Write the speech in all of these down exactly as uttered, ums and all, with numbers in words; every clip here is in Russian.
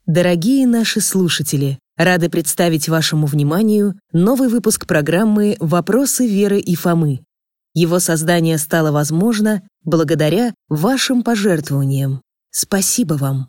Дорогие наши слушатели, рады представить вашему вниманию новый выпуск программы «Вопросы Веры и Фомы». Его создание стало возможно благодаря вашим пожертвованиям. Спасибо вам!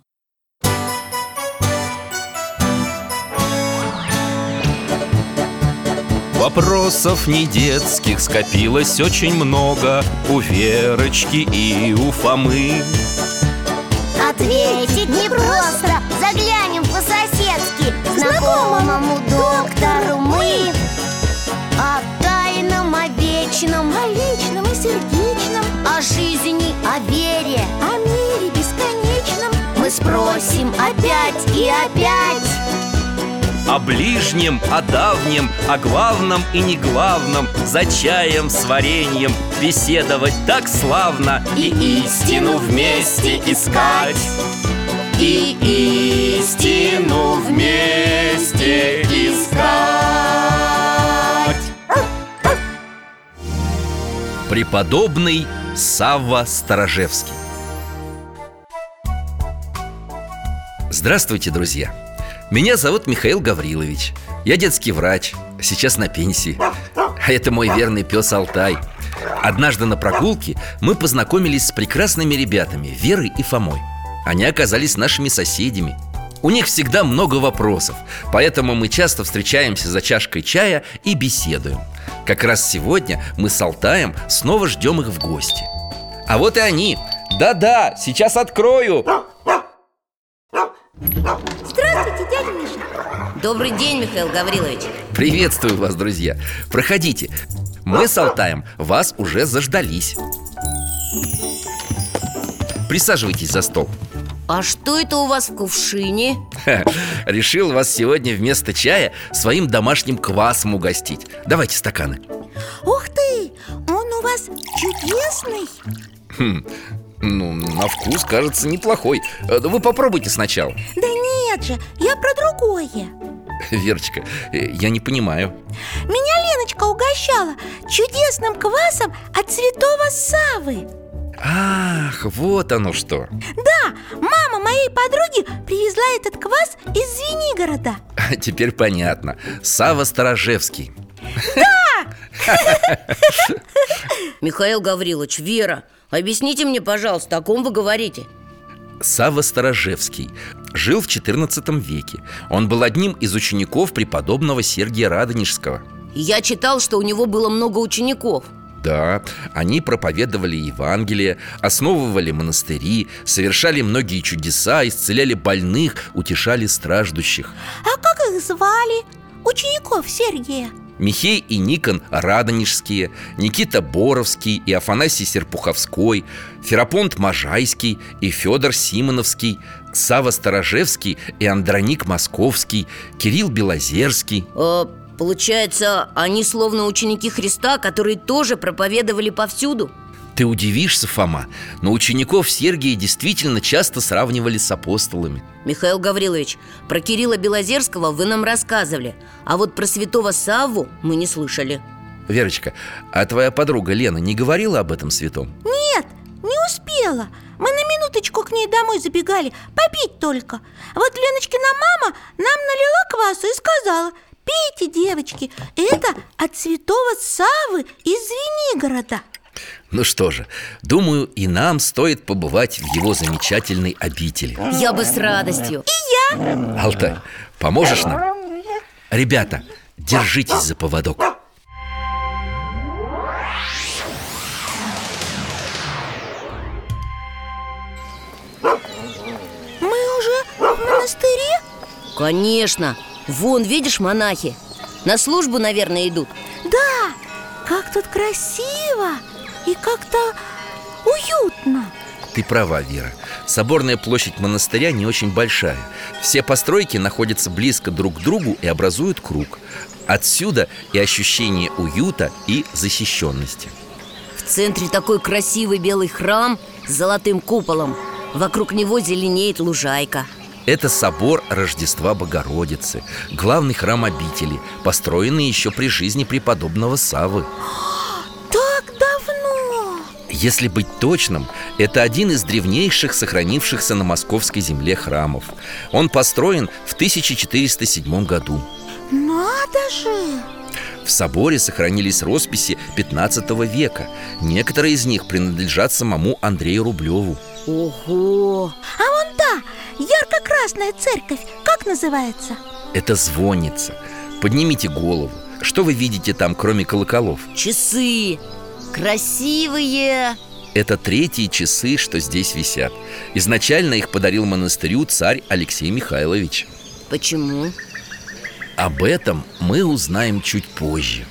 Вопросов не детских скопилось очень много у Верочки и у Фомы. Ответить непросто, заглянем по-соседски знакомому доктору мы. О тайном, о вечном, о личном и сердечном, о жизни, о вере, о мире бесконечном мы спросим опять и опять. О ближнем, о давнем, о главном и неглавном, за чаем с вареньем беседовать так славно. И истину вместе искать, и истину вместе искать. Преподобный Савва Сторожевский. Здравствуйте, друзья! Меня зовут Михаил Гаврилович. Я детский врач, сейчас на пенсии. А это мой верный пес Алтай. Однажды на прогулке мы познакомились с прекрасными ребятами Верой и Фомой. Они оказались нашими соседями. У них всегда много вопросов, поэтому мы часто встречаемся за чашкой чая и беседуем. Как раз сегодня мы с Алтаем снова ждем их в гости. А вот и они. Да-да, сейчас открою. Здравствуйте, дядя Миша. Добрый день, Михаил Гаврилович. Приветствую вас, друзья. Проходите. Мы с Алтаем вас уже заждались. Присаживайтесь за стол. А что это у вас в кувшине? Ха, решил вас сегодня вместо чая своим домашним квасом угостить. Давайте стаканы. Ух ты, он у вас чудесный. Хм, ну, на вкус, кажется, неплохой. Вы попробуйте сначала. Да нет же, я про другое. Верочка, я не понимаю. Меня Леночка угощала чудесным квасом от святого Саввы. Ах, вот оно что. Да, мама моей подруги привезла этот квас из Звенигорода. Теперь понятно. Савва Сторожевский. Да! Михаил Гаврилович, Вера, объясните мне, пожалуйста, о ком вы говорите? Савва Сторожевский жил в четырнадцатом веке. Он был одним из учеников преподобного Сергия Радонежского. Я читал, что у него было много учеников. Да, они проповедовали Евангелие, основывали монастыри, совершали многие чудеса, исцеляли больных, утешали страждущих. А как их звали, учеников Сергия? Михей и Никон Радонежские, Никита Боровский и Афанасий Серпуховской, Ферапонт Можайский и Федор Симоновский, Савва Сторожевский и Андроник Московский, Кирилл Белозерский. э, Получается, они словно ученики Христа, которые тоже проповедовали повсюду? Ты удивишься, Фома, но учеников Сергия действительно часто сравнивали с апостолами. Михаил Гаврилович, про Кирилла Белозерского вы нам рассказывали, а вот про святого Савву мы не слышали. Верочка, а твоя подруга Лена не говорила об этом святом? Нет, не успела. Мы на минуточку к ней домой забегали, попить только. Вот Леночкина мама нам налила квасу и сказала: пейте, девочки, это от святого Саввы из Звенигорода. Ну что же, думаю, и нам стоит побывать в его замечательной обители. Я бы с радостью. И я. Алтай, поможешь нам? Ребята, держитесь за поводок. Мы уже в монастыре? Конечно. Вон, видишь, монахи на службу, наверное, идут. Да, как тут красиво и как-то уютно. Ты права, Вера. Соборная площадь монастыря не очень большая. Все постройки находятся близко друг к другу и образуют круг. Отсюда и ощущение уюта и защищенности. В центре такой красивый белый храм с золотым куполом. Вокруг него зеленеет лужайка. Это собор Рождества Богородицы, главный храм обители, построенный еще при жизни преподобного Саввы. Так давно! Если быть точным, это один из древнейших сохранившихся на московской земле храмов. Он построен в тысяча четыреста седьмом году. Надо же! В соборе сохранились росписи пятнадцатого века. Некоторые из них принадлежат самому Андрею Рублеву. Ого! А вон та, ярко-красная церковь, как называется? Это звонница. Поднимите голову. Что вы видите там, кроме колоколов? Часы! Красивые! Это третьи часы, что здесь висят. Изначально их подарил монастырю царь Алексей Михайлович. Почему? Об этом мы узнаем чуть позже.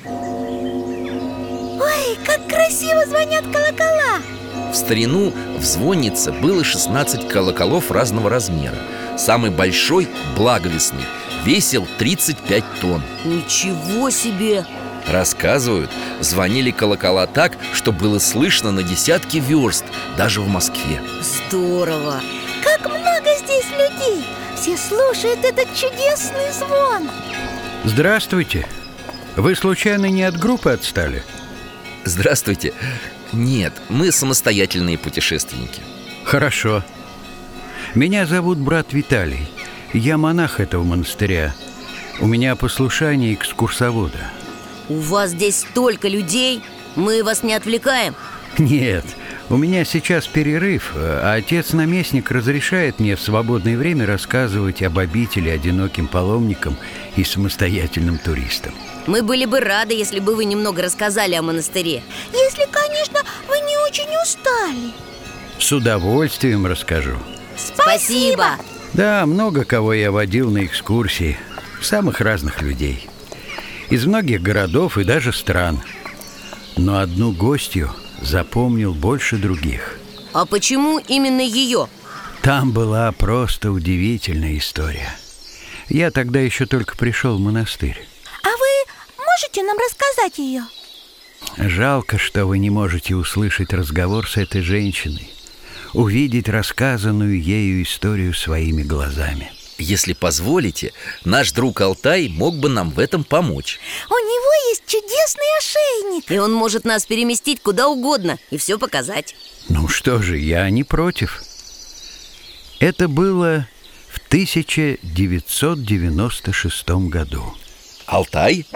Ой, как красиво звонят колокола! В старину в звоннице было шестнадцать колоколов разного размера. Самый большой, благовестный, весил тридцать пять тонн. Ничего себе! Рассказывают, звонили колокола так, что было слышно на десятки верст, даже в Москве. Здорово! Как много здесь людей! Все слушают этот чудесный звон. Здравствуйте. Вы случайно не от группы отстали? Здравствуйте. Нет, мы самостоятельные путешественники. Хорошо. Меня зовут брат Виталий. Я монах этого монастыря. У меня послушание экскурсовода. У вас здесь столько людей, мы вас не отвлекаем? Нет, у меня сейчас перерыв, а отец-наместник разрешает мне в свободное время рассказывать об обители одиноким паломникам и самостоятельным туристам. Мы были бы рады, если бы вы немного рассказали о монастыре. Если, конечно, вы не очень устали. С удовольствием расскажу. Спасибо! Да, много кого я водил на экскурсии, самых разных людей, из многих городов и даже стран. Но одну гостью запомнил больше других. А почему именно ее? Там была просто удивительная история. Я тогда еще только пришел в монастырь. А вы можете нам рассказать ее? Жалко, что вы не можете услышать разговор с этой женщиной, увидеть рассказанную ею историю своими глазами. Если позволите, наш друг Алтай мог бы нам в этом помочь. У него есть чудесный ошейник. И он может нас переместить куда угодно и все показать. Ну что же, я не против. Это было в тысяча девятьсот девяносто шестом году. Алтай?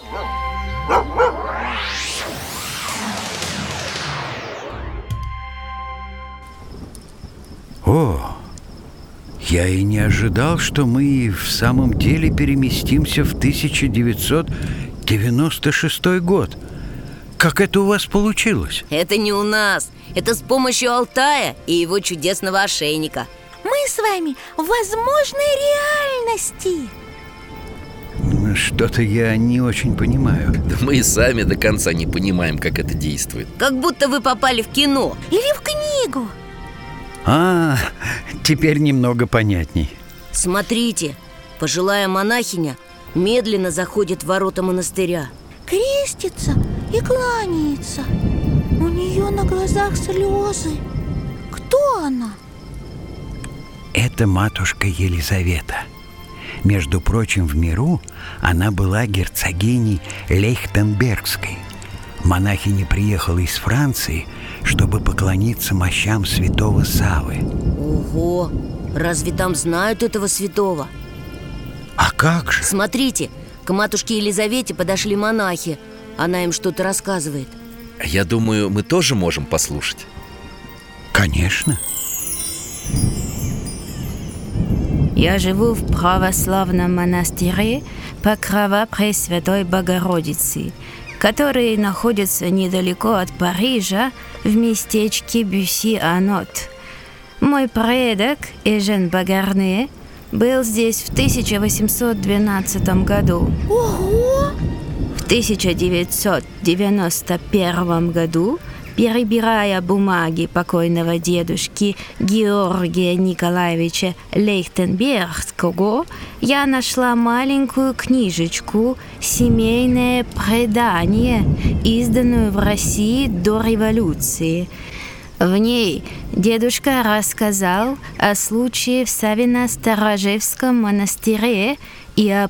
О, я и не ожидал, что мы в самом деле переместимся в тысяча девятьсот девяносто шестой год. Как это у вас получилось? Это не у нас. Это с помощью Алтая и его чудесного ошейника. Мы с вами в возможной реальности. Что-то я не очень понимаю. Да мы и сами до конца не понимаем, как это действует. Как будто вы попали в кино. Или в книгу. А, теперь немного понятней. Смотрите, пожилая монахиня медленно заходит в ворота монастыря. Крестится и кланяется. У нее на глазах слезы. Кто она? Это матушка Елизавета. Между прочим, в миру она была герцогиней Лейхтенбергской. Монахиня приехала из Франции, чтобы поклониться мощам святого Саввы. Ого! Разве там знают этого святого? А как же? Смотрите, к матушке Елизавете подошли монахи. Она им что-то рассказывает. Я думаю, мы тоже можем послушать. Конечно. Я живу в православном монастыре Покрова Пресвятой Богородицы, который находится недалеко от Парижа, в местечке Бюсси-Анот. Мой предок Эжен Багарне был здесь в тысяча восемьсот двенадцатом году. Ого! В тысяча девятьсот девяносто первом году, перебирая бумаги покойного дедушки Георгия Николаевича Лейхтенбергского, я нашла маленькую книжечку «Семейное предание», изданную в России до революции. В ней дедушка рассказал о случае в Савино-Старожевском монастыре и о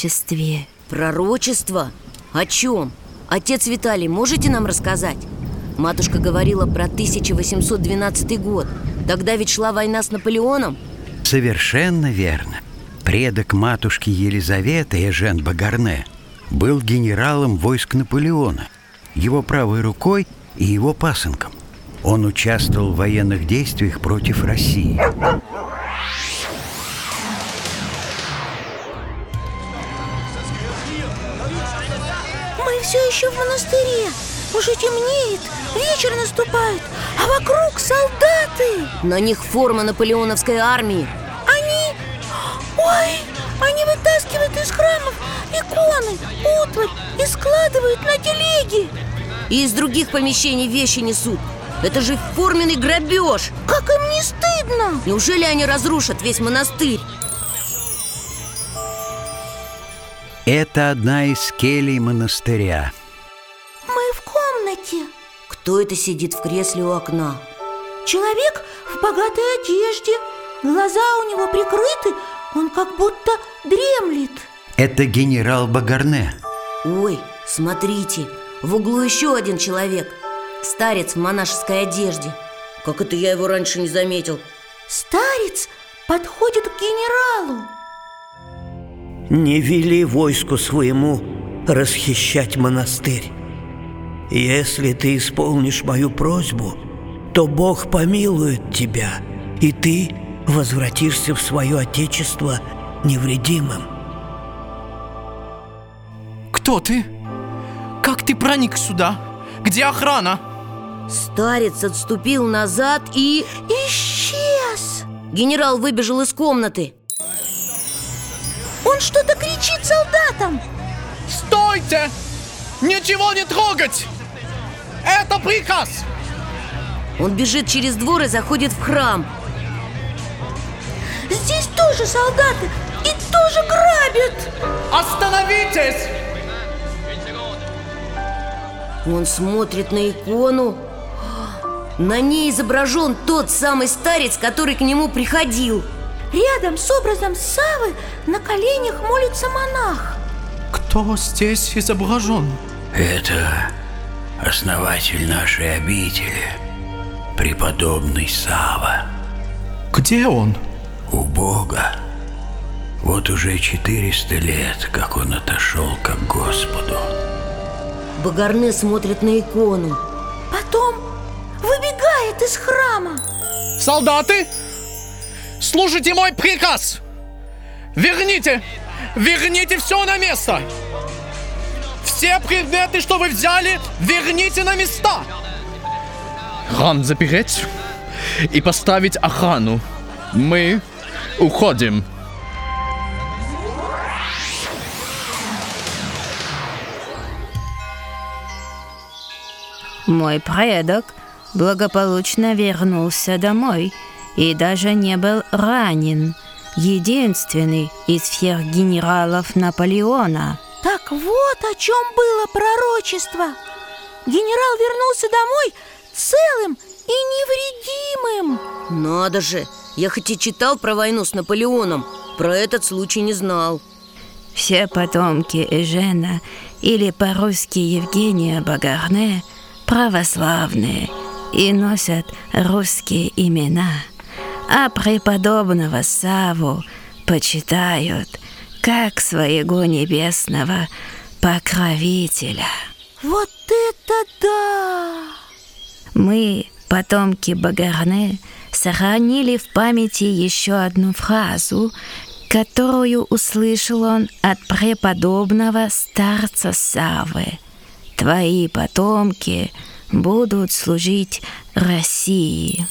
пророчестве. Пророчество? О чем? Отец Виталий, можете нам рассказать? Матушка говорила про тысяча восемьсот двенадцатый год. Тогда ведь шла война с Наполеоном. Совершенно верно. Предок матушки Елизаветы, Эжен Багарне, был генералом войск Наполеона, его правой рукой и его пасынком. Он участвовал в военных действиях против России. Мы все еще в монастыре. Уже темнеет, вечер наступает, а вокруг солдаты. На них форма наполеоновской армии. Они... Ой, они вытаскивают из храмов иконы, утварь и складывают на телеги. И из других помещений вещи несут. Это же форменный грабеж. Как им не стыдно? Неужели они разрушат весь монастырь? Это одна из келей монастыря. Мы в комнате. Кто это сидит в кресле у окна? Человек в богатой одежде. Глаза у него прикрыты, он как будто дремлет. Это генерал Багарне. Ой, смотрите, в углу еще один человек. Старец в монашеской одежде. Как это я его раньше не заметил? Старец подходит к генералу. Не вели войску своему расхищать монастырь. Если ты исполнишь мою просьбу, то Бог помилует тебя, и ты возвратишься в свое отечество невредимым. Кто ты? Как ты проник сюда? Где охрана? Старец отступил назад и... Исчез. Генерал выбежал из комнаты. Он что-то кричит солдатам. Стойте! Ничего не трогать! Это приказ! Он бежит через двор и заходит в храм. Здесь тоже солдаты и тоже грабят. Остановитесь! Он смотрит на икону. На ней изображен тот самый старец, который к нему приходил. Рядом с образом Саввы на коленях молится монах. Кто здесь изображен? Это основатель нашей обители, преподобный Савва. Где он? У Бога. Вот уже четыреста лет, как он отошел к Господу. Багарне смотрит на икону. Потом выбегает из храма. Солдаты, слушайте мой приказ. Верните, верните все на место. Все предметы, что вы взяли, верните на места. Храм запереть и поставить охрану. Мы уходим. Мой предок благополучно вернулся домой и даже не был ранен. Единственный из всех генералов Наполеона. Так вот о чем было пророчество. Генерал вернулся домой целым и невредимым. Надо же, я хоть и читал про войну с Наполеоном, про этот случай не знал. Все потомки Эжена, или по-русски Евгения Багарне, православные и носят русские имена, а преподобного Савву почитают как своего небесного покровителя. Вот это да! Мы, потомки Багарне, сохранили в памяти еще одну фразу, которую услышал он от преподобного старца Саввы. Твои потомки будут служить России.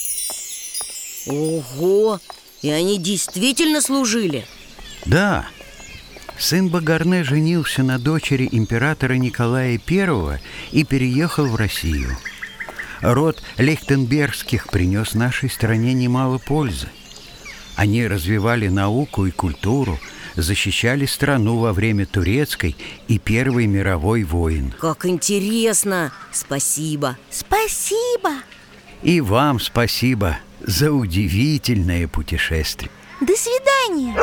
Ого! И они действительно служили? Да. Сын Багарне женился на дочери императора Николая Первого и переехал в Россию. Род Лейхтенбергских принес нашей стране немало пользы. Они развивали науку и культуру, защищали страну во время Турецкой и Первой мировой войн. Как интересно! Спасибо! Спасибо! И вам спасибо за удивительное путешествие. До свидания!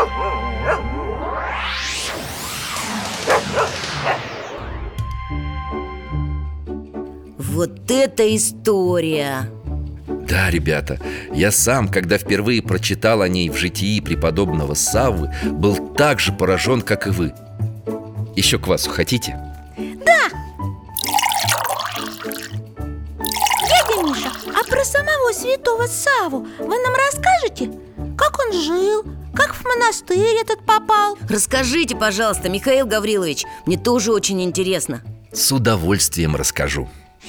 Вот это история! Да, ребята, я сам, когда впервые прочитал о ней в житии преподобного Саввы, был так же поражен, как и вы. Еще квасу хотите? Да! Дядя Миша, а про самого святого Савву вы нам расскажете? Как он жил? Как в монастырь этот попал? Расскажите, пожалуйста, Михаил Гаврилович. Мне тоже очень интересно. С удовольствием расскажу.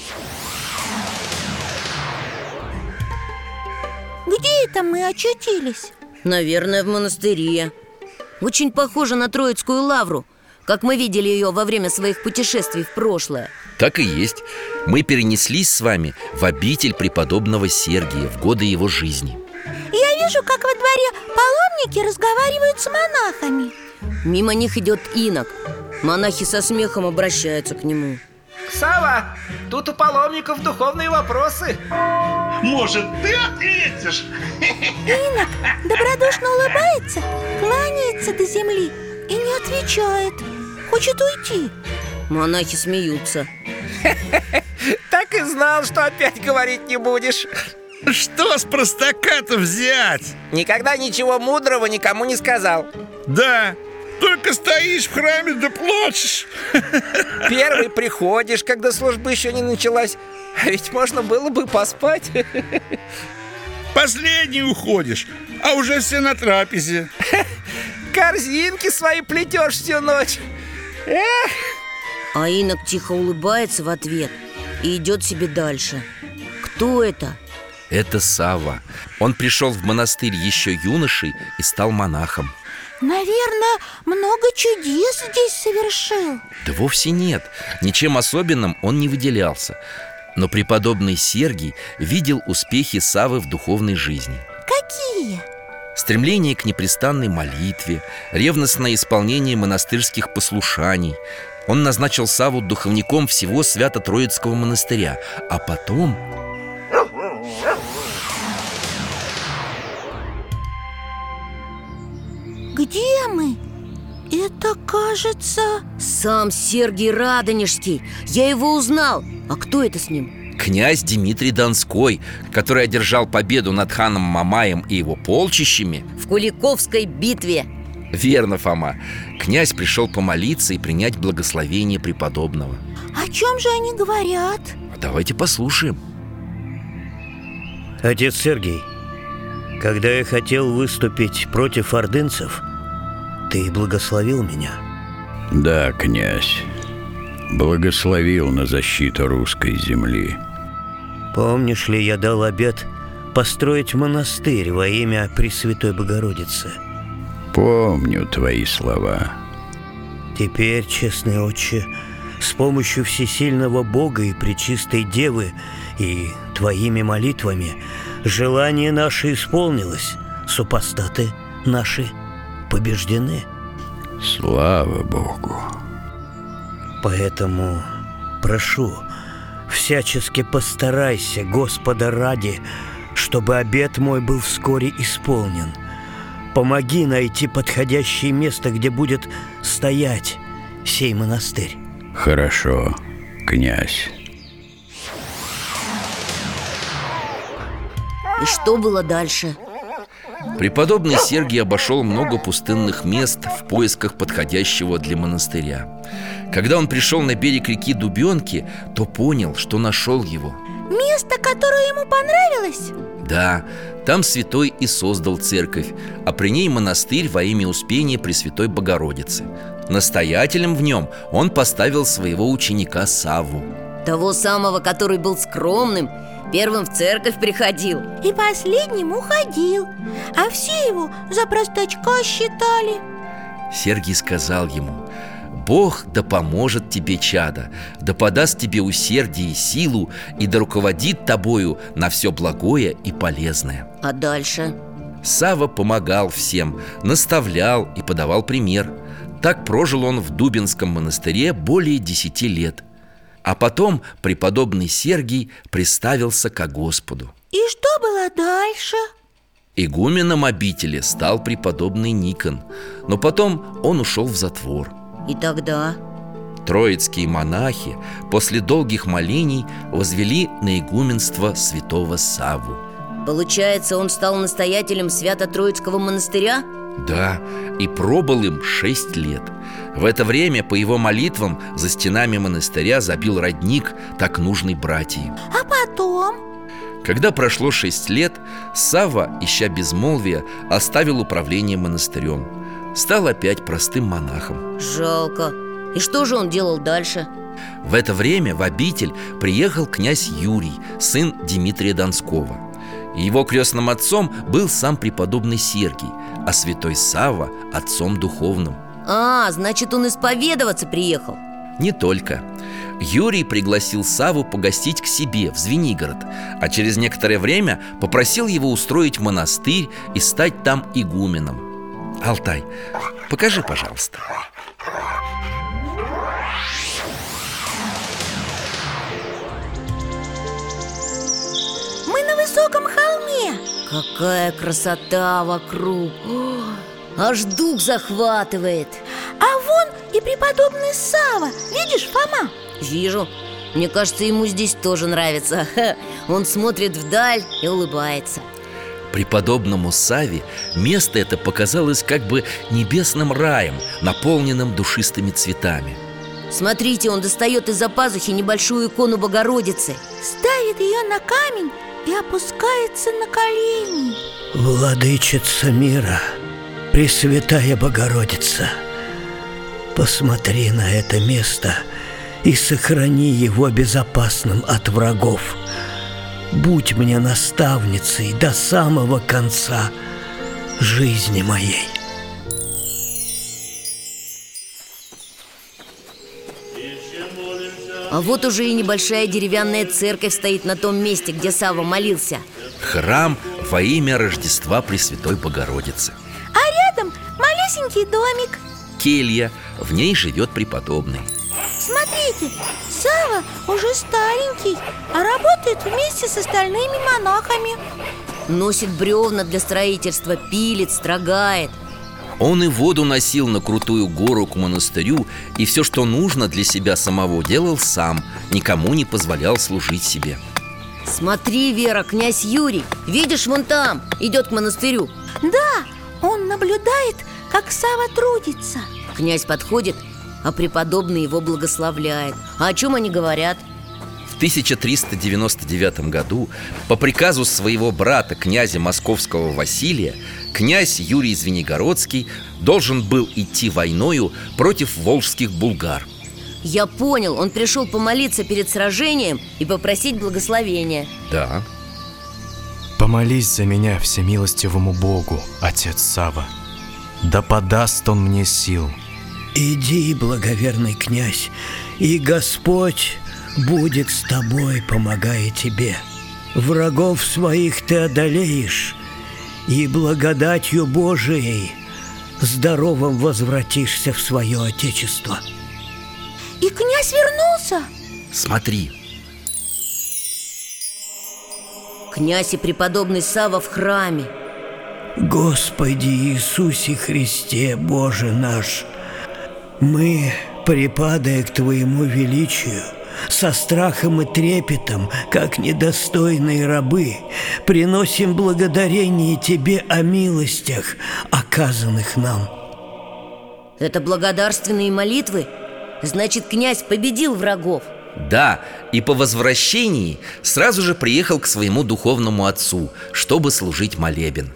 Где это мы очутились? Наверное, в монастыре. Очень похоже на Троицкую лавру, как мы видели ее во время своих путешествий в прошлое. Так и есть. Мы перенеслись с вами в обитель преподобного Сергия в годы его жизни. Я вижу, как во дворе паломники разговаривают с монахами. Мимо них идет инок. Монахи со смехом обращаются к нему. Сава, тут у паломников духовные вопросы. Может, ты ответишь? Инок добродушно улыбается, кланяется до земли и не отвечает. Хочет уйти. Монахи смеются. Так и знал, что опять говорить не будешь. Что с простака-то взять? Никогда ничего мудрого никому не сказал. Да, только стоишь в храме да плачешь. Первый приходишь, когда служба еще не началась. А ведь можно было бы поспать. Последний уходишь, а уже все на трапезе. Корзинки свои плетешь всю ночь. Эх! А инок тихо улыбается в ответ и идет себе дальше. Кто это? Это Савва. Он пришел в монастырь еще юношей и стал монахом. Наверное, много чудес здесь совершил. Да вовсе нет. Ничем особенным он не выделялся. Но преподобный Сергий видел успехи Саввы в духовной жизни. Какие? Стремление к непрестанной молитве, ревностное исполнение монастырских послушаний. Он назначил Савву духовником всего Свято-Троицкого монастыря. А потом... Где мы? Это, кажется... Сам Сергий Радонежский. Я его узнал. А кто это с ним? Князь Дмитрий Донской, который одержал победу над ханом Мамаем и его полчищами в Куликовской битве. Верно, Фома. Князь пришел помолиться и принять благословение преподобного. О чем же они говорят? Давайте послушаем. Отец Сергий, когда я хотел выступить против ордынцев, ты благословил меня? Да, князь, благословил на защиту русской земли. Помнишь ли, я дал обет построить монастырь во имя Пресвятой Богородицы? Помню твои слова. Теперь, честный отче, с помощью всесильного Бога и Пречистой Девы и твоими молитвами желание наше исполнилось. Супостаты наши побеждены. Слава Богу. Поэтому прошу, всячески постарайся, Господа ради, чтобы обет мой был вскоре исполнен. Помоги найти подходящее место, где будет стоять сей монастырь. Хорошо, князь. И что было дальше? Преподобный Сергий обошел много пустынных мест в поисках подходящего для монастыря. Когда он пришел на берег реки Дубенки, то понял, что нашел его. Место, которое ему понравилось? Да, там святой и создал церковь, а при ней монастырь во имя Успения Пресвятой Богородицы. Настоятелем в нем он поставил своего ученика Савву. Того самого, который был скромным, первым в церковь приходил и последним уходил, а все его за простачка считали. Сергий сказал ему: «Бог да поможет тебе, чадо, да подаст тебе усердие и силу, и да руководит тобою на все благое и полезное». А дальше? Савва помогал всем, наставлял и подавал пример. Так прожил он в Дубинском монастыре более десяти лет. А потом преподобный Сергий приставился ко Господу. И что было дальше? Игуменом обители стал преподобный Никон, но потом он ушел в затвор. И тогда? Троицкие монахи после долгих молений возвели на игуменство святого Савву. Получается, он стал настоятелем Свято-Троицкого монастыря? Да, и пробыл им шесть лет. В это время по его молитвам за стенами монастыря забил родник, так нужный братьям. А потом? Когда прошло шесть лет, Савва, ища безмолвия, оставил управление монастырем. Стал опять простым монахом. Жалко. И что же он делал дальше? В это время в обитель приехал князь Юрий, сын Дмитрия Донского. Его крестным отцом был сам преподобный Сергий, а святой Савва – отцом духовным. А, значит, он исповедоваться приехал? Не только. Юрий пригласил Савву погостить к себе в Звенигород, а через некоторое время попросил его устроить монастырь и стать там игуменом. Алтай, покажи, пожалуйста. Мы на высоком холме. Какая красота вокруг! О, аж дух захватывает. А вон и преподобный Савва. Видишь, Фома? Вижу. Мне кажется, ему здесь тоже нравится. Он смотрит вдаль и улыбается. Преподобному Савве место это показалось как бы небесным раем, наполненным душистыми цветами. Смотрите, он достает из-за пазухи небольшую икону Богородицы, ставит ее на камень и опускается на колени. Владычица мира, Пресвятая Богородица, посмотри на это место и сохрани его безопасным от врагов. Будь мне наставницей до самого конца жизни моей. А вот уже и небольшая деревянная церковь стоит на том месте, где Савва молился. Храм во имя Рождества Пресвятой Богородицы. А рядом малюсенький домик. Келья, в ней живет преподобный. Смотрите, Савва уже старенький, а работает вместе с остальными монахами. Носит бревна для строительства, пилит, строгает. Он и воду носил на крутую гору к монастырю, и все, что нужно для себя самого, делал сам, никому не позволял служить себе. Смотри, Вера, князь Юрий, видишь, вон там, идет к монастырю. Да, он наблюдает, как Савва трудится. Князь подходит, а преподобный его благословляет. А о чем они говорят? В тысяча триста девяносто девятом году по приказу своего брата, князя Московского Василия, князь Юрий Звенигородский должен был идти войною против волжских булгар. Я понял, он пришел помолиться перед сражением и попросить благословения. Да. Помолись за меня всемилостивому Богу, отец Савва. Да подаст он мне сил. Иди, благоверный князь, и Господь будет с тобой, помогая тебе. Врагов своих ты одолеешь, и благодатью Божией здоровым возвратишься в свое отечество. И князь вернулся? Смотри. Князь и преподобный Савва в храме. Господи Иисусе Христе, Боже наш, мы, припадая к Твоему величию, со страхом и трепетом, как недостойные рабы, приносим благодарение Тебе о милостях, оказанных нам. Это благодарственные молитвы? Значит, князь победил врагов. Да, и по возвращении сразу же приехал к своему духовному отцу, чтобы служить молебен.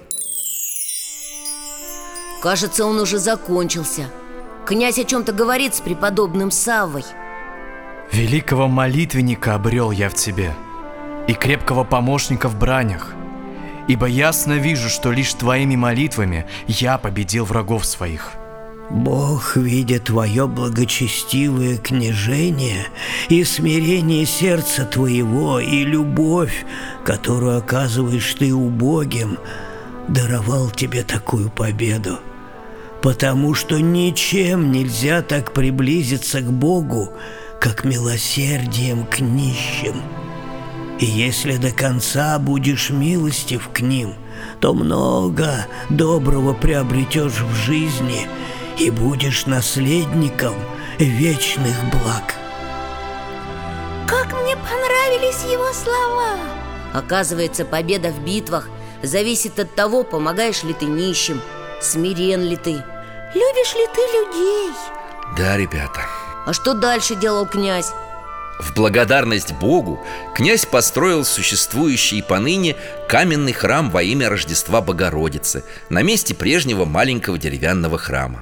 Кажется, он уже закончился. Князь о чем-то говорит с преподобным Саввой. Великого молитвенника обрел я в тебе, и крепкого помощника в бранях. Ибо ясно вижу, что лишь твоими молитвами я победил врагов своих. Бог, видя твое благочестивое княжение и смирение сердца твоего, и любовь, которую оказываешь ты убогим, даровал тебе такую победу. Потому что ничем нельзя так приблизиться к Богу, как милосердием к нищим. И если до конца будешь милостив к ним, то много доброго приобретешь в жизни и будешь наследником вечных благ. Как мне понравились его слова! Оказывается, победа в битвах зависит от того, помогаешь ли ты нищим, смирен ли ты. Любишь ли ты людей? Да, ребята. А что дальше делал князь? В благодарность Богу князь построил существующий поныне каменный храм во имя Рождества Богородицы на месте прежнего маленького деревянного храма.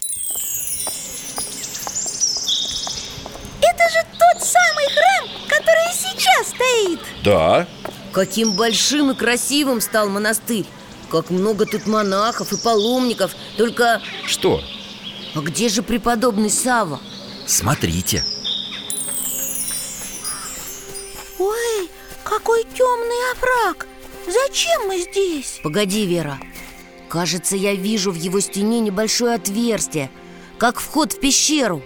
Это же тот самый храм, который и сейчас стоит. Да. Каким большим и красивым стал монастырь. Как много тут монахов и паломников. Только... Что? А где же преподобный Савва? Смотрите. Ой, какой темный овраг! Зачем мы здесь? Погоди, Вера. Кажется, я вижу в его стене небольшое отверстие, как вход в пещеру.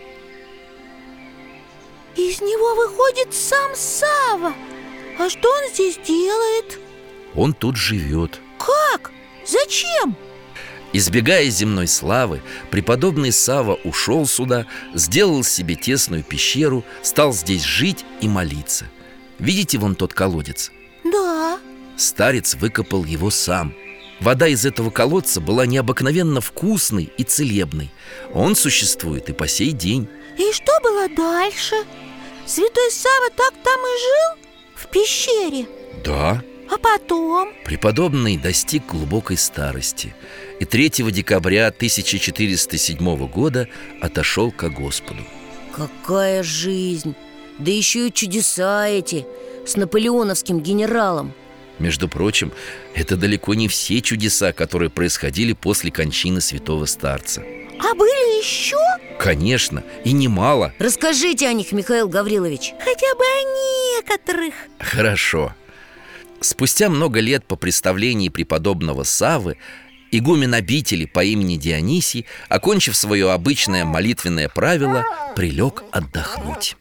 Из него выходит сам Савва. А что он здесь делает? Он тут живет. Как? Зачем? Избегая земной славы, преподобный Савва ушел сюда, сделал себе тесную пещеру, стал здесь жить и молиться. Видите вон тот колодец? Да. Старец выкопал его сам. Вода из этого колодца была необыкновенно вкусной и целебной. Он существует и по сей день. И что было дальше? Святой Савва так там и жил? В пещере? Да. А потом? Преподобный достиг глубокой старости и третьего декабря тысяча четыреста седьмого года отошел ко Господу. Какая жизнь! Да еще и чудеса эти с наполеоновским генералом. Между прочим, это далеко не все чудеса, которые происходили после кончины святого старца. А были еще? Конечно, и немало. Расскажите о них, Михаил Гаврилович. Хотя бы о некоторых. Хорошо. Спустя много лет по представлении преподобного Саввы, игумен обители по имени Дионисий, окончив свое обычное молитвенное правило, прилег отдохнуть.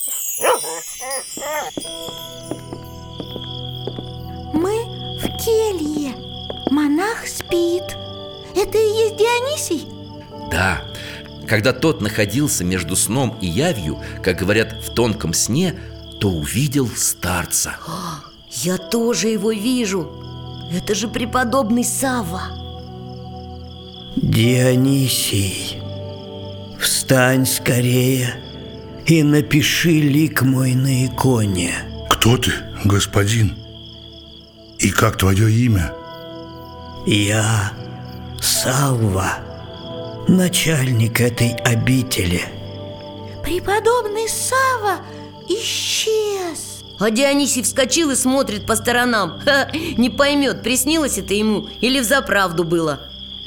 Мы в келье. Монах спит. Это и есть Дионисий? Да. Когда тот находился между сном и явью, как говорят, в тонком сне, то увидел старца. Я тоже его вижу. Это же преподобный Савва. Дионисий, встань скорее и напиши лик мой на иконе. Кто ты, господин? И как твое имя? Я Савва, начальник этой обители. Преподобный Савва исчез. А Дионисий вскочил и смотрит по сторонам. Ха, не поймет, приснилось это ему или взаправду было.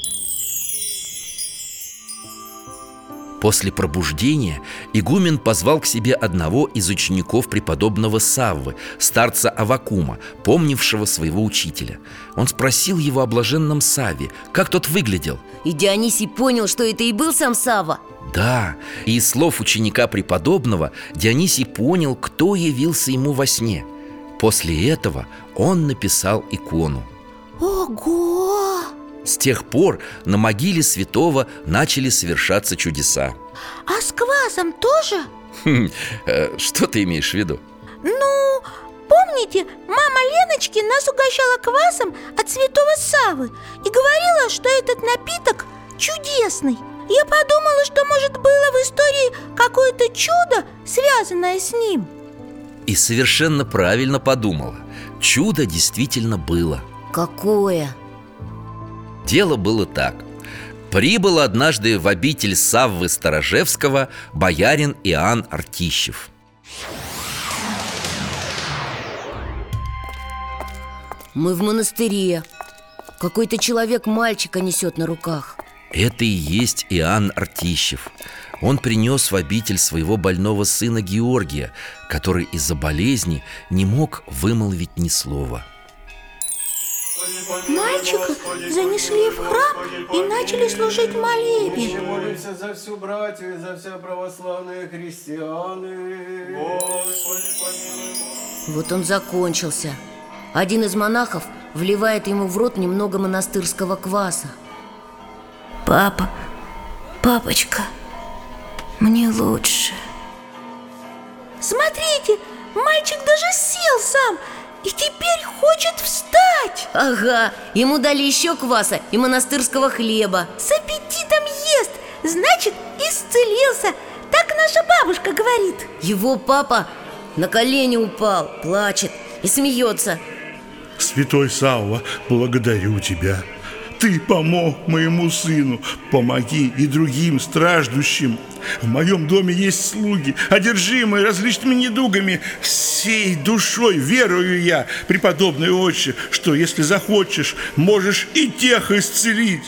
После пробуждения игумен позвал к себе одного из учеников преподобного Саввы, старца Аввакума, помнившего своего учителя. Он спросил его о блаженном Савве, как тот выглядел. И Дионисий понял, что это и был сам Савва. Да, и из слов ученика преподобного Дионисий понял, кто явился ему во сне. После этого он написал икону. Ого! С тех пор на могиле святого начали совершаться чудеса. А с квасом тоже? Хм, э, что ты имеешь в виду? Ну, помните, мама Леночки нас угощала квасом от святого Саввы и говорила, что этот напиток чудесный. Я подумала, что, может, было в истории какое-то чудо, связанное с ним. И совершенно правильно подумала. Чудо действительно было. Какое? Дело было так. Прибыл однажды в обитель Саввы Старожевского боярин Иоанн Артищев. Мы в монастыре. Какой-то человек мальчика несет на руках. Это и есть Иоанн Артищев. Он принес в обитель своего больного сына Георгия, который из-за болезни не мог вымолвить ни слова. Мальчика занесли в храм и начали служить молебен. Молимся за всю братью и за все православные христианы. Вот он закончился. Один из монахов вливает ему в рот немного монастырского кваса. Папа, папочка, мне лучше. Смотрите, мальчик даже сел сам и теперь хочет встать. Ага, ему дали еще кваса и монастырского хлеба. С аппетитом ест, значит, исцелился. Так наша бабушка говорит. Его папа на колени упал, плачет и смеется. Святой Савва, благодарю тебя. Ты помог моему сыну, помоги и другим страждущим. В моем доме есть слуги, одержимые различными недугами. Всей душой верую я, преподобный отче, что если захочешь, можешь и тех исцелить.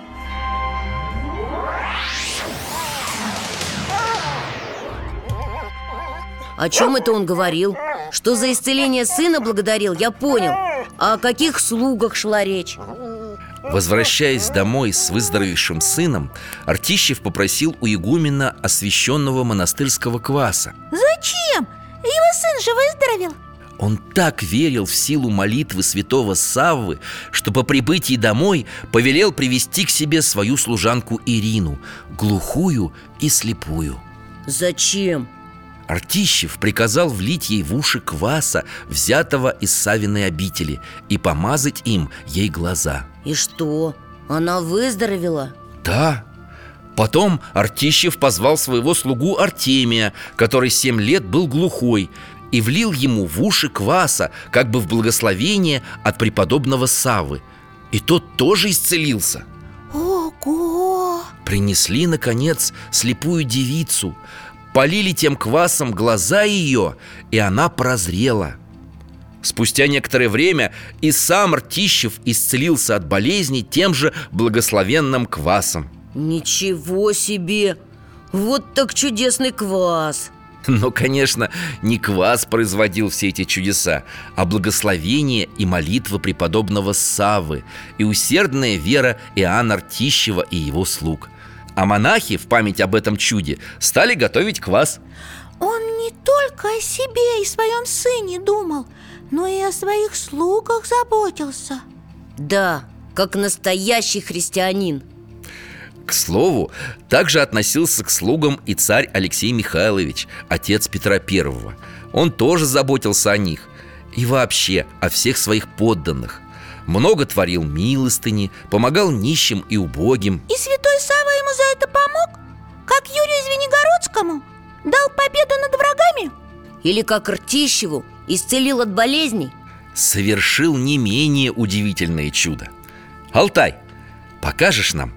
О чем это он говорил? Что за исцеление сына благодарил, я понял. А о каких слугах шла речь? Возвращаясь домой с выздоровевшим сыном, Артищев попросил у игумена освященного монастырского кваса. Зачем? Его сын же выздоровел. Он так верил в силу молитвы святого Саввы, что по прибытии домой повелел привести к себе свою служанку Ирину, глухую и слепую. Зачем? Артищев приказал влить ей в уши кваса, взятого из Савиной обители, и помазать им ей глаза. И что, она выздоровела? Да. Потом Артищев позвал своего слугу Артемия, который семь лет был глухой, и влил ему в уши кваса, как бы в благословение от преподобного Саввы. И тот тоже исцелился. Ого! Принесли, наконец, слепую девицу, полили тем квасом глаза ее, и она прозрела. Спустя некоторое время и сам Артищев исцелился от болезни тем же благословенным квасом. Ничего себе! Вот так чудесный квас! Но, конечно, не квас производил все эти чудеса, а благословение и молитва преподобного Саввы и усердная вера Иоанна Артищева и его слуг. А монахи в память об этом чуде стали готовить квас. Он не только о себе и своем сыне думал, но и о своих слугах заботился. Да, как настоящий христианин. К слову, также относился к слугам и царь Алексей Михайлович, отец Петра Первого. Он тоже заботился о них и вообще о всех своих подданных. Много творил милостыни, помогал нищим и убогим. И святой Савва ему за это помог? Как Юрию Звенигородскому? Дал победу над врагами? Или как Артищеву исцелил от болезней? Совершил не менее удивительное чудо. Алтай, покажешь нам?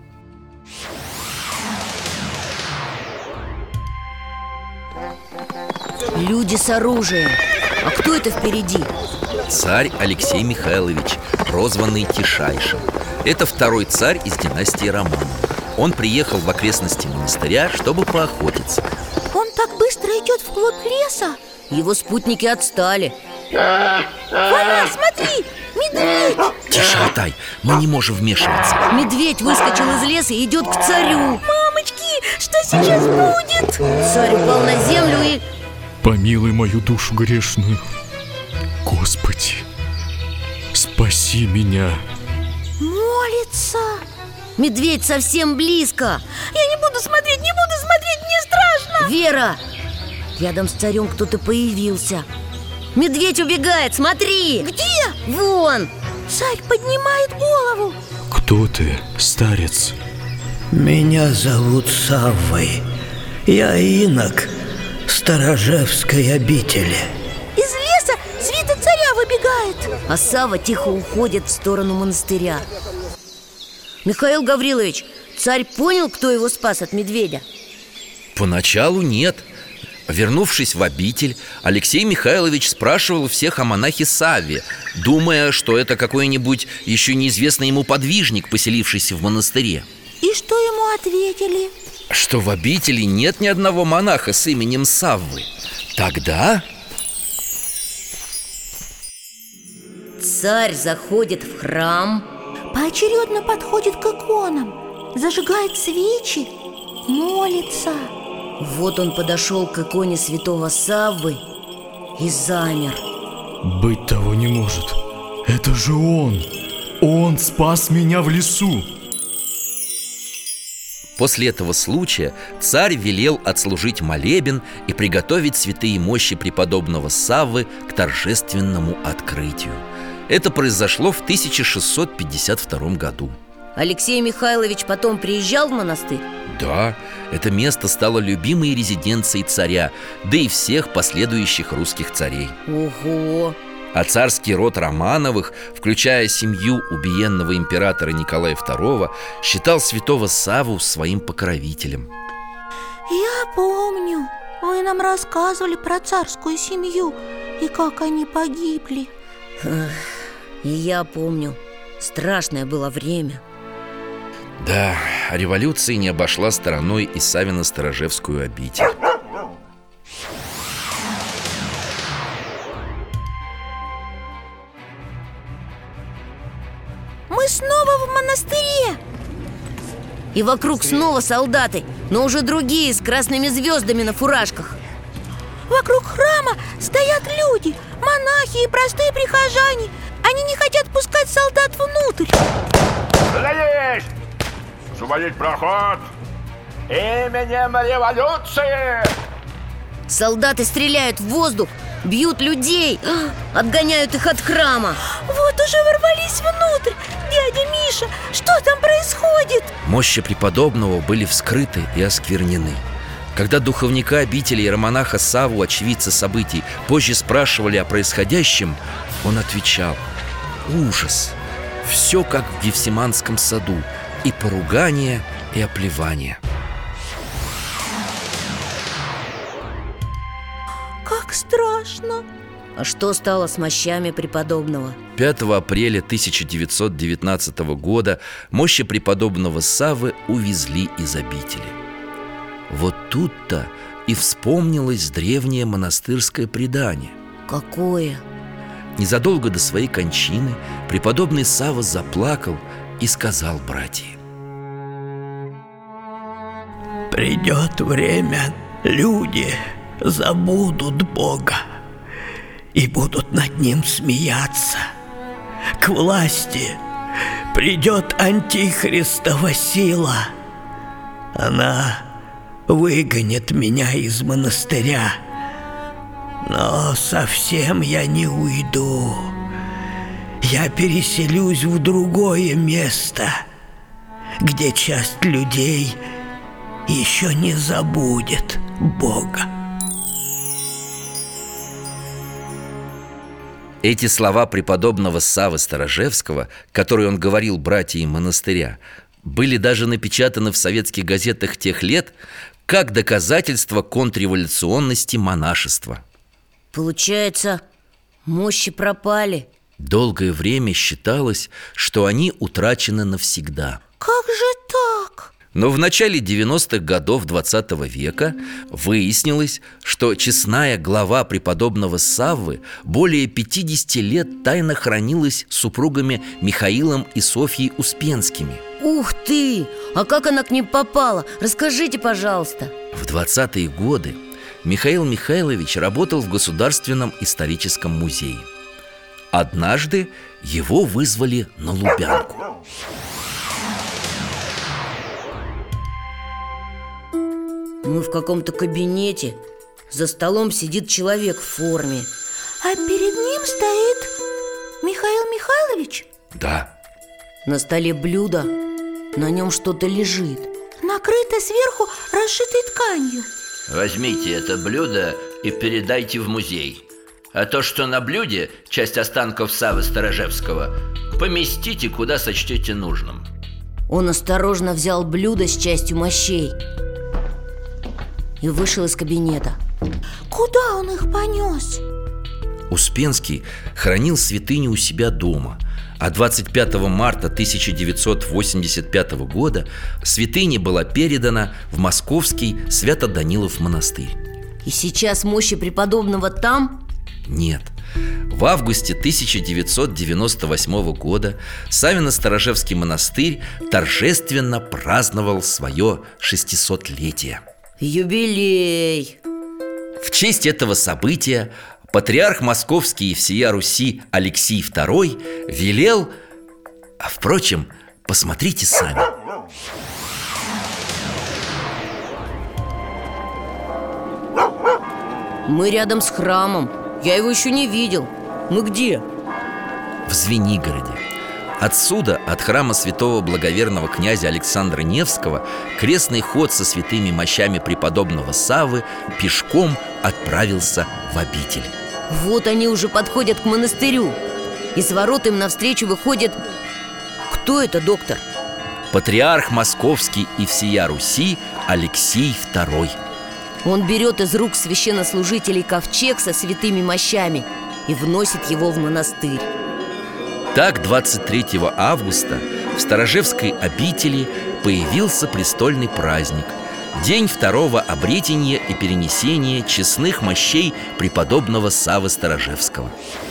Люди с оружием. А кто это впереди? Царь Алексей Михайлович, прозванный Тишайшим. Это второй царь из династии Романовых. Он приехал в окрестности монастыря, чтобы поохотиться. Он так быстро идет вглубь леса. Его спутники отстали. Ваня, смотри, медведь! Тише, Алтай, мы не можем вмешиваться. Медведь выскочил из леса и идет к царю. Мамочки, что сейчас будет? Царь упал на землю и... Помилуй мою душу грешную, Господи, спаси меня. Молится. Медведь совсем близко. Я не буду смотреть, не буду смотреть, мне страшно. Вера, рядом с царем кто-то появился. Медведь убегает, смотри. Где? Вон. Царь поднимает голову. Кто ты, старец? Меня зовут Саввой. Я инок Сторожевской обители. Из леса свита царя выбегает. А Савва тихо уходит в сторону монастыря. Михаил Гаврилович, царь понял, кто его спас от медведя? Поначалу нет. Вернувшись в обитель, Алексей Михайлович спрашивал всех о монахе Савве, думая, что это какой-нибудь еще неизвестный ему подвижник, поселившийся в монастыре. И что ему ответили? Что в обители нет ни одного монаха с именем Саввы. Тогда... Царь заходит в храм, поочередно подходит к иконам, зажигает свечи, молится. Вот он подошел к иконе святого Саввы и замер. Быть того не может. Это же он! Он спас меня в лесу! После этого случая царь велел отслужить молебен и приготовить святые мощи преподобного Саввы к торжественному открытию. Это произошло в тысяча шестьсот пятьдесят втором году. Алексей Михайлович потом приезжал в монастырь? Да, это место стало любимой резиденцией царя, да и всех последующих русских царей. Ого! А царский род Романовых, включая семью убиенного императора Николая второго, считал святого Савву своим покровителем. Я помню, вы нам рассказывали про царскую семью и как они погибли. И я помню, страшное было время. Да, революция не обошла стороной и Савино-Сторожевскую обитель. Мы снова в монастыре. И вокруг снова солдаты, но уже другие, с красными звездами на фуражках. Вокруг храма стоят люди, монахи и простые прихожане. Они не хотят пускать солдат внутрь. Сюда есть! Освободить проход! Именем революции! Солдаты стреляют в воздух, бьют людей, отгоняют их от храма. Вот уже ворвались внутрь. Дядя Миша, что там происходит? Мощи преподобного были вскрыты и осквернены. Когда духовника обители иеромонаха Савву, очевидца событий, позже спрашивали о происходящем, он отвечал: ужас! Все как в Гефсиманском саду, и поругание, и оплевание. Как страшно! А что стало с мощами преподобного? пятого апреля тысяча девятьсот девятнадцатого года мощи преподобного Саввы увезли из обители. Вот тут-то и вспомнилось древнее монастырское предание. Какое? Незадолго до своей кончины преподобный Савва заплакал и сказал братьям: придет время, люди забудут Бога и будут над Ним смеяться. К власти придет антихристова сила. Она выгонит меня из монастыря, но совсем я не уйду. Я переселюсь в другое место, где часть людей еще не забудет Бога. Эти слова преподобного Саввы Сторожевского, которые он говорил братьям монастыря, были даже напечатаны в советских газетах тех лет как доказательство контрреволюционности монашества. Получается, мощи пропали. Долгое время считалось, что они утрачены навсегда. Как же так? Но в начале девяностых годов двадцатого века выяснилось, что честная глава преподобного Саввы более пятидесяти лет тайно хранилась супругами Михаилом и Софьей Успенскими. Ух ты! А как она к ним попала? Расскажите, пожалуйста. В двадцатые годы Михаил Михайлович работал в Государственном историческом музее. Однажды его вызвали на Лубянку. Мы в каком-то кабинете. За столом сидит человек в форме. А перед ним стоит Михаил Михайлович? Да. На столе блюдо, на нем что-то лежит. Накрыто сверху расшитой тканью. Возьмите это блюдо и передайте в музей. А то, что на блюде, часть останков Саввы Сторожевского, поместите, куда сочтете нужным. Он осторожно взял блюдо с частью мощей и вышел из кабинета. Куда он их понес? Успенский хранил святыню у себя дома, а двадцать пятого марта тысяча девятьсот восемьдесят пятого года святыня была передана в Московский Свято-Данилов монастырь. И сейчас мощи преподобного там? Нет. В августе тысяча девятьсот девяносто восьмого года Савино-Сторожевский монастырь торжественно праздновал свое шестисотлетие. Юбилей! В честь этого события патриарх Московский и всея Руси Алексий второй велел... А, впрочем, посмотрите сами. Мы рядом с храмом. Я его еще не видел. Мы где? В Звенигороде. Отсюда, от храма святого благоверного князя Александра Невского, крестный ход со святыми мощами преподобного Саввы пешком отправился в обитель. Вот они уже подходят к монастырю. Из ворот им навстречу выходит... Кто это, доктор? Патриарх Московский и всея Руси Алексий второй. Он берет из рук священнослужителей ковчег со святыми мощами и вносит его в монастырь. Так, двадцать третьего августа в Старожевской обители появился престольный праздник – день второго обретения и перенесения честных мощей преподобного Саввы Старожевского.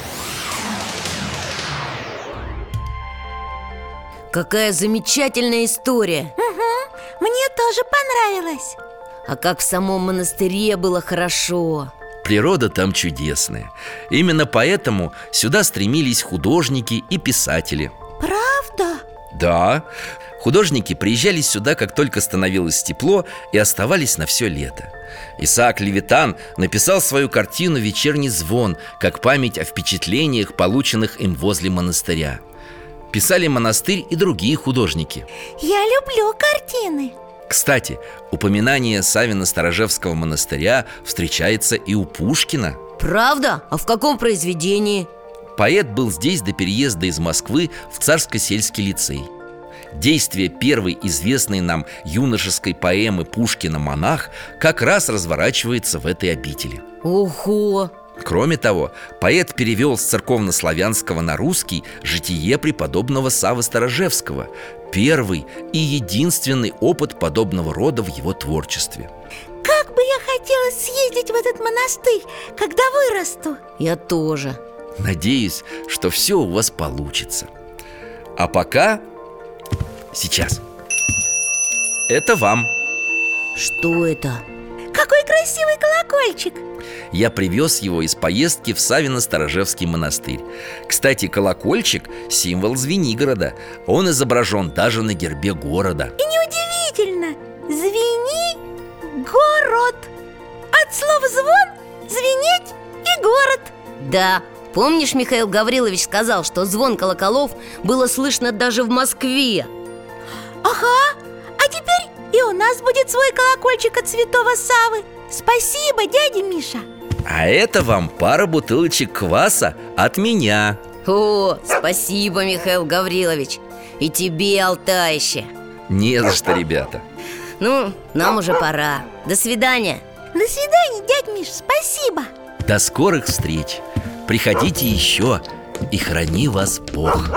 Какая замечательная история! Угу, мне тоже понравилось. А как в самом монастыре было хорошо! Природа там чудесная. Именно поэтому сюда стремились художники и писатели. Правда? Да. Художники приезжали сюда, как только становилось тепло, и оставались на все лето. Исаак Левитан написал свою картину «Вечерний звон» как память о впечатлениях, полученных им возле монастыря. Писали монастырь и другие художники. Я люблю картины. Кстати, упоминание Савино-Старожевского монастыря встречается и у Пушкина. Правда? А в каком произведении? Поэт был здесь до переезда из Москвы в Царско-сельский лицей. Действие первой известной нам юношеской поэмы Пушкина «Монах» как раз разворачивается в этой обители. Ого! Кроме того, поэт перевел с церковнославянского на русский житие преподобного Саввы Старожевского, первый и единственный опыт подобного рода в его творчестве. Как бы я хотела съездить в этот монастырь, когда вырасту. Я тоже. Надеюсь, что все у вас получится. А пока... Сейчас. Это вам. Что это? Какой красивый колокольчик! Я привез его из поездки в Савино-Старожевский монастырь. Кстати, колокольчик – символ Звенигорода. Он изображен даже на гербе города. И неудивительно, звени город. От слов звон, звенеть и город. Да, помнишь, Михаил Гаврилович сказал, что звон колоколов было слышно даже в Москве? Ага, а теперь и у нас будет свой колокольчик от святого Саввы. Спасибо, дядя Миша. А это вам пара бутылочек кваса от меня. О, спасибо, Михаил Гаврилович. И тебе, Алтайще. Не за что, ребята. Ну, нам уже пора. До свидания. До свидания, дядя Миш, спасибо. До скорых встреч. Приходите еще, и храни вас Бог.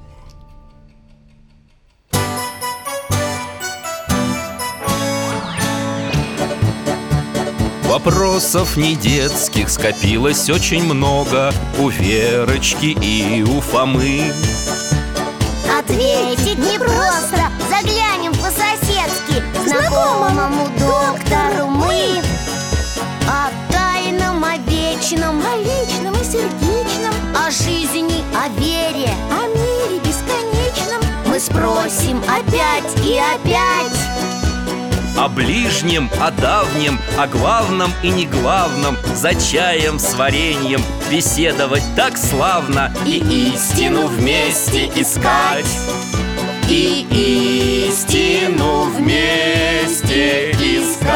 Вопросов не детских скопилось очень много у Верочки и у Фомы. Ответить непросто, заглянем по-соседски к знакомому доктору мы. О тайном, о вечном, о личном и сердечном, о жизни, о вере, о мире бесконечном мы спросим опять и опять. О ближнем, о давнем, о главном и неглавном, за чаем с вареньем беседовать так славно. И истину вместе искать, и истину вместе искать.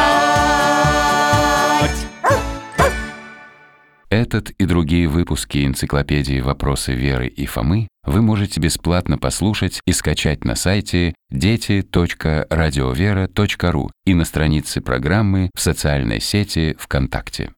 Этот и другие выпуски энциклопедии «Вопросы Веры и Фомы» вы можете бесплатно послушать и скачать на сайте дети точка радиовера точка ру и на странице программы в социальной сети ВКонтакте.